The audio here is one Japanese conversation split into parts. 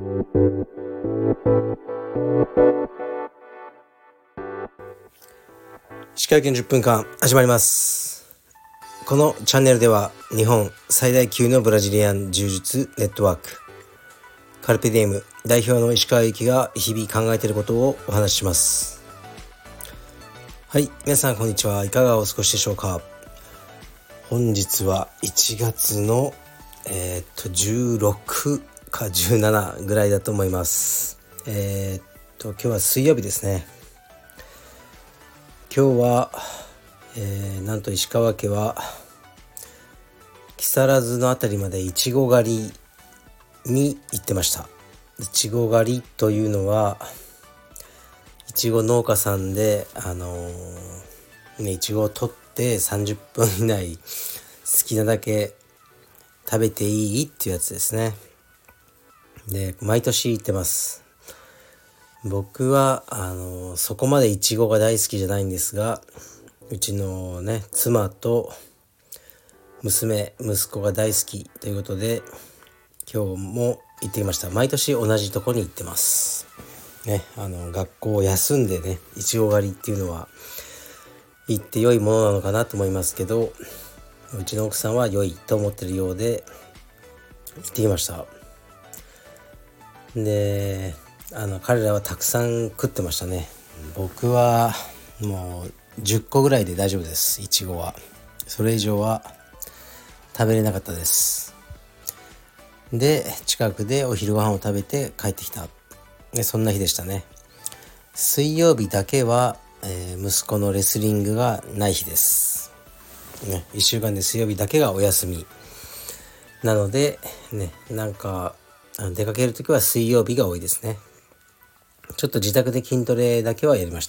歯科医研10分間始まります。このチャンネルでは日本最大級のブラジリアン柔術ネットワークカルペディエム代表の石川由紀が日々考えていることをお話しします。はい、皆さんこんにちは。いかがお過ごしでしょうか。本日は1月の16か17ぐらいだと思います。今日は水曜日ですね。今日は、なんと石川家は木更津のあたりまでいちご狩りに行ってました。いちご狩りというのはいちご農家さんでいちごを取って30分以内好きなだけ食べていいっていうやつですね。で、毎年行ってます。僕はそこまでいちごが大好きじゃないんですが、うちのね妻と息子が大好きということで今日も行ってきました。毎年同じとこに行ってますね。学校を休んでねいちご狩りっていうのは行って良いものなのかなと思いますけど、うちの奥さんは良いと思ってるようで行ってきました。で彼らはたくさん食ってましたね。僕はもう10個ぐらいで大丈夫です。いちごはそれ以上は食べれなかったです。で、近くでお昼ご飯を食べて帰ってきた、そんな日でしたね。水曜日だけは、息子のレスリングがない日です、1週間で水曜日だけがお休みなのでね、なんか出かけるときは水曜日が多いですね。ちょっと自宅で筋トレだけはやりました。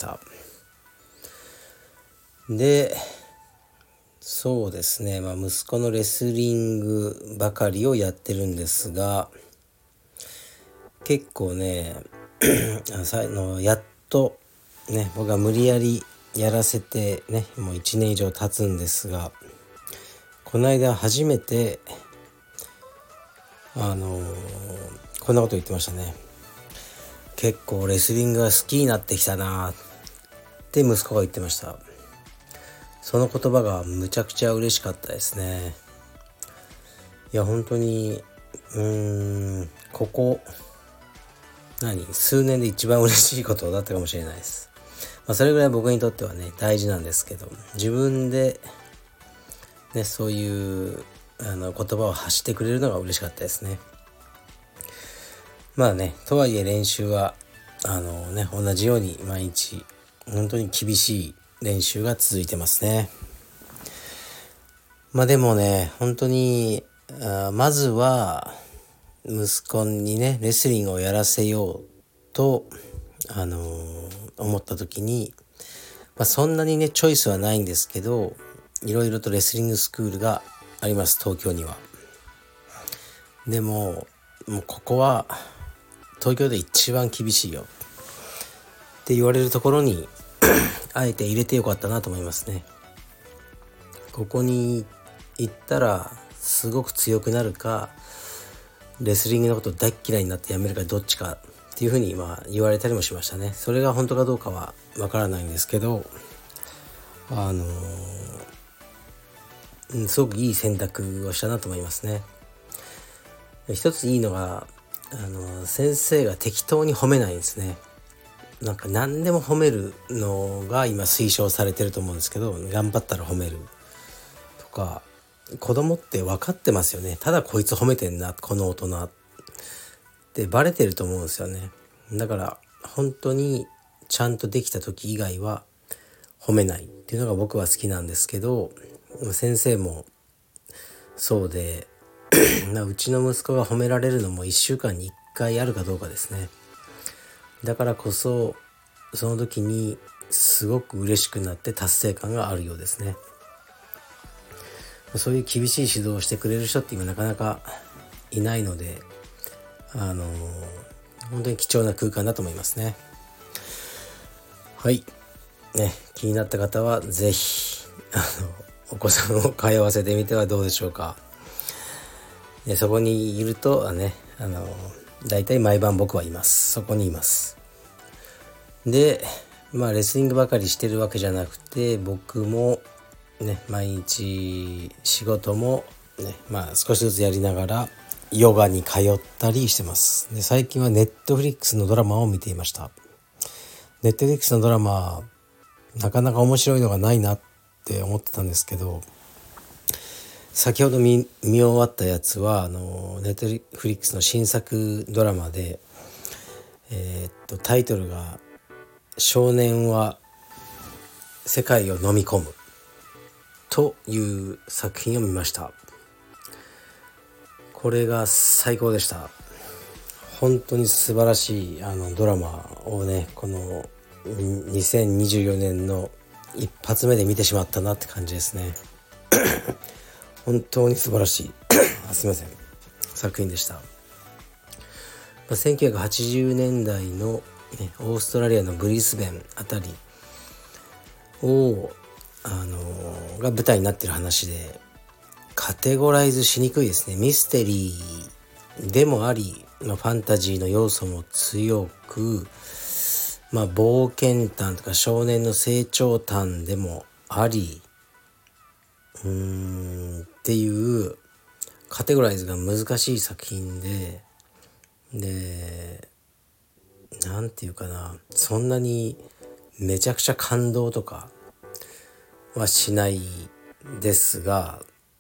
で、そうですね、息子のレスリングばかりをやってるんですが、結構ねやっとね僕は無理やりやらせてねもう1年以上経つんですが、この間初めてこんなこと言ってましたね。結構レスリングが好きになってきたなって息子が言ってました。その言葉がむちゃくちゃ嬉しかったですね。いや本当にここ数年で一番嬉しいことだったかもしれないです。それぐらい僕にとってはね大事なんですけど、自分でねそういう言葉を発してくれるのが嬉しかったですね。とはいえ練習は同じように毎日本当に厳しい練習が続いてますね。でもね本当にまずは息子にねレスリングをやらせようと思った時に、そんなにねチョイスはないんですけど、いろいろとレスリングスクールがあります、東京には。でもうここは東京で一番厳しいよって言われるところにあえて入れてよかったなと思いますね。ここに行ったらすごく強くなるか、レスリングのこと大っ嫌いになってやめるかどっちかっていうふうに言われたりもしましたね。それが本当かどうかはわからないんですけど、すごくいい選択をしたなと思いますね。一ついいのが先生が適当に褒めないんですね。何でも褒めるのが今推奨されてると思うんですけど、頑張ったら褒めるとか、子供って分かってますよね。ただこいつ褒めてんな、この大人ってバレてると思うんですよね。だから本当にちゃんとできた時以外は褒めないっていうのが僕は好きなんですけど、先生もそうでうちの息子が褒められるのも1週間に1回あるかどうかですね。だからこそその時にすごく嬉しくなって達成感があるようですね。そういう厳しい指導をしてくれる人って今なかなかいないので、本当に貴重な空間だと思いますね。はいね、気になった方はぜひお子さんを通わせてみてはどうでしょうか。そこにいるとねだいたい毎晩僕はいます。そこにいます。でレスリングばかりしてるわけじゃなくて、僕もね毎日仕事もね少しずつやりながらヨガに通ったりしてます。で最近はネットフリックスのドラマを見ていました。ネットフリックスのドラマなかなか面白いのがないなって思ってたんですけど、先ほど見終わったやつはネットフリックスの新作ドラマで、タイトルが少年は世界を飲み込むという作品を見ました。これが最高でした。本当に素晴らしいドラマをね、この2024年の一発目で見てしまったなって感じですね。本当に素晴らしいすいません作品でした。1980年代の、オーストラリアのブリスベンあたりを、が舞台になっている話で、カテゴライズしにくいですね。ミステリーでもあり、ファンタジーの要素も強く、冒険譚とか少年の成長譚でもあり、っていうカテゴライズが難しい作品で、なんていうかな、そんなにめちゃくちゃ感動とかはしないですが、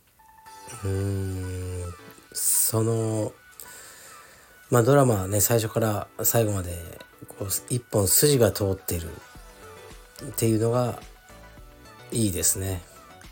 そのドラマはね、最初から最後までこう一本筋が通ってるっていうのがいいですね。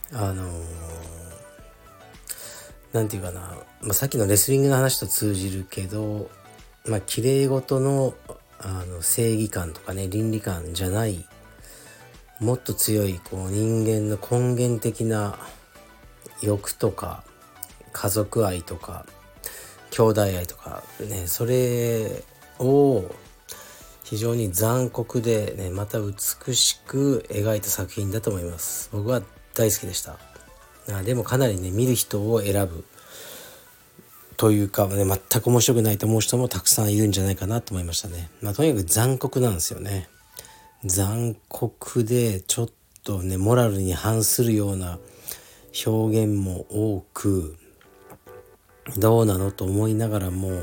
なんていうかな、さっきのレスリングの話と通じるけど、綺麗事の正義感とかね、倫理観じゃない、もっと強いこう人間の根源的な欲とか家族愛とか兄弟愛とかね、それを非常に残酷でね、また美しく描いた作品だと思います。僕は大好きでした。でもかなりね、見る人を選ぶというかね、全く面白くないと思う人もたくさんいるんじゃないかなと思いましたね。とにかく残酷なんですよね。残酷でちょっとね、モラルに反するような表現も多く、どうなのと思いながらも、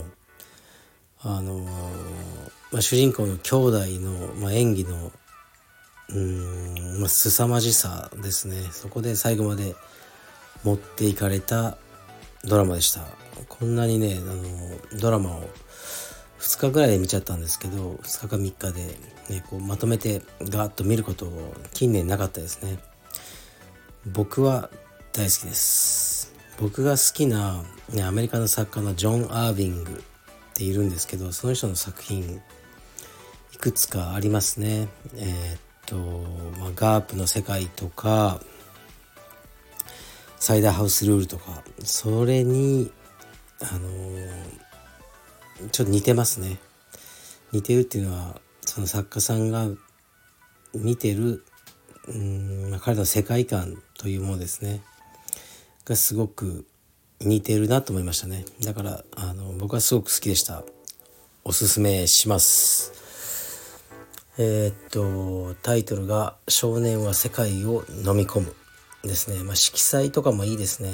主人公の兄弟の、演技の凄まじさですね。そこで最後まで持っていかれたドラマでした。こんなにね、ドラマを2日ぐらいで見ちゃったんですけど、2日か3日で、ね、こうまとめてガーッと見ることを近年なかったですね。僕は大好きです。僕が好きな、アメリカの作家のジョン・アーヴィングっているんですけど、その人の作品いくつかありますね。ガープの世界とかサイダーハウスルールとか、それにちょっと似てますね。似てるっていうのは、その作家さんが見てる彼の世界観というものですねがすごく似てるなと思いましたね。だから僕はすごく好きでした。おすすめします。タイトルが少年は世界を飲み込むですね。色彩とかもいいですね。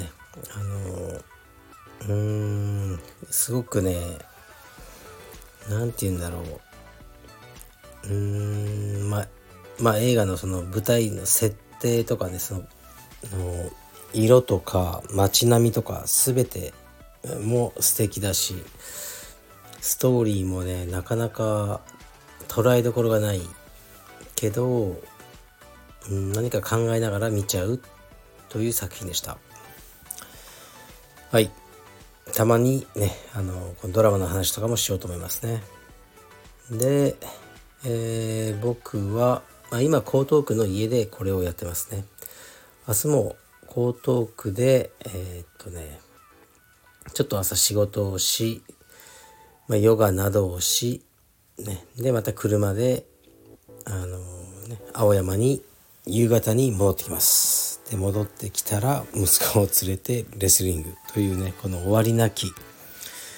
すごくね、なんて言うんだろう、映画のその舞台の設定とかね、その色とか街並みとか全ても素敵だし、ストーリーもね、なかなか捉えどころがないけど、何か考えながら見ちゃうという作品でした。はい、たまにね、このドラマの話とかもしようと思いますね。で、僕は、今江東区の家でこれをやってますね。明日も江東区でちょっと朝仕事をし、ヨガなどをし、でまた車で青山に夕方に戻ってきます。で戻ってきたら息子を連れてレスリングというね、この終わりなき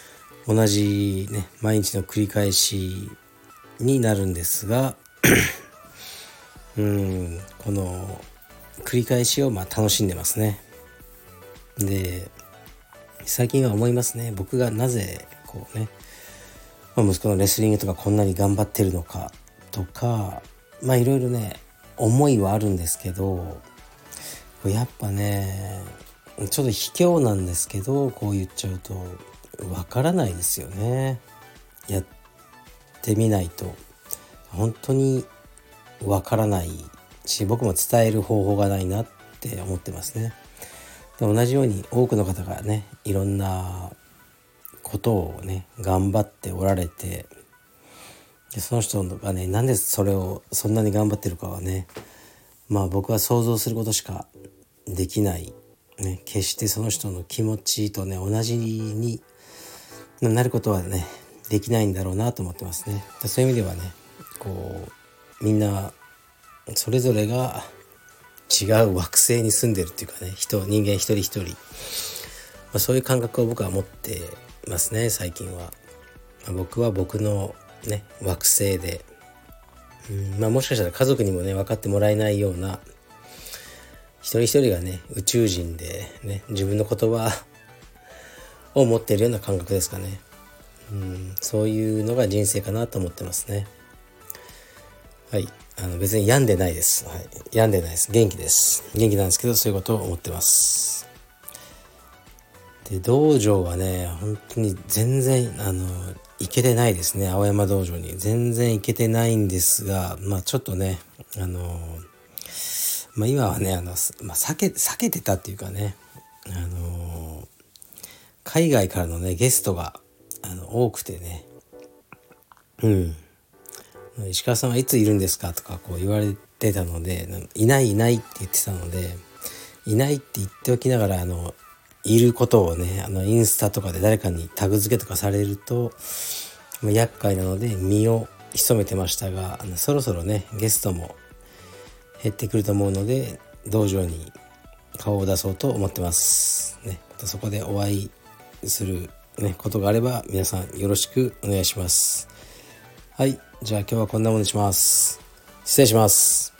同じね毎日の繰り返しになるんですがこの繰り返しを楽しんでますね。で最近は思いますね。僕がなぜこうね、息子のレスリングとかこんなに頑張ってるのかとかいろいろね思いはあるんですけど、やっぱねちょっと卑怯なんですけどこう言っちゃうとわからないですよね。やってみないと本当にわからないし、僕も伝える方法がないなって思ってますね。で同じように多くの方がねいろんなことをね頑張っておられて、でその人がねなんでそれをそんなに頑張ってるかはね僕は想像することしかできない、ね、決してその人の気持ちとね同じになることはねできないんだろうなと思ってますね。そういう意味ではねこうみんなそれぞれが違う惑星に住んでるっていうかね人間一人一人、そういう感覚を僕は持ってますね最近は。僕は僕のね惑星で、もしかしたら家族にもね分かってもらえないような一人一人がね宇宙人でね自分の言葉を持っているような感覚ですかね。そういうのが人生かなと思ってますね。はい、別に病んでないです、病んでないです。元気です。元気なんですけどそういうことを思ってます。で道場はね本当に全然行けてないですね。青山道場に全然行けてないんですが、ちょっとね今はね避けてたっていうかね海外からのねゲストが多くてね、石川さんはいついるんですかとかこう言われてたので、いないって言ってたので、いないって言っておきながらいることをねインスタとかで誰かにタグ付けとかされると厄介なので身を潜めてましたが、そろそろねゲストも減ってくると思うので道場に顔を出そうと思ってますね。またそこでお会いすることがあれば皆さんよろしくお願いします。はい、じゃあ今日はこんなものにします。失礼します。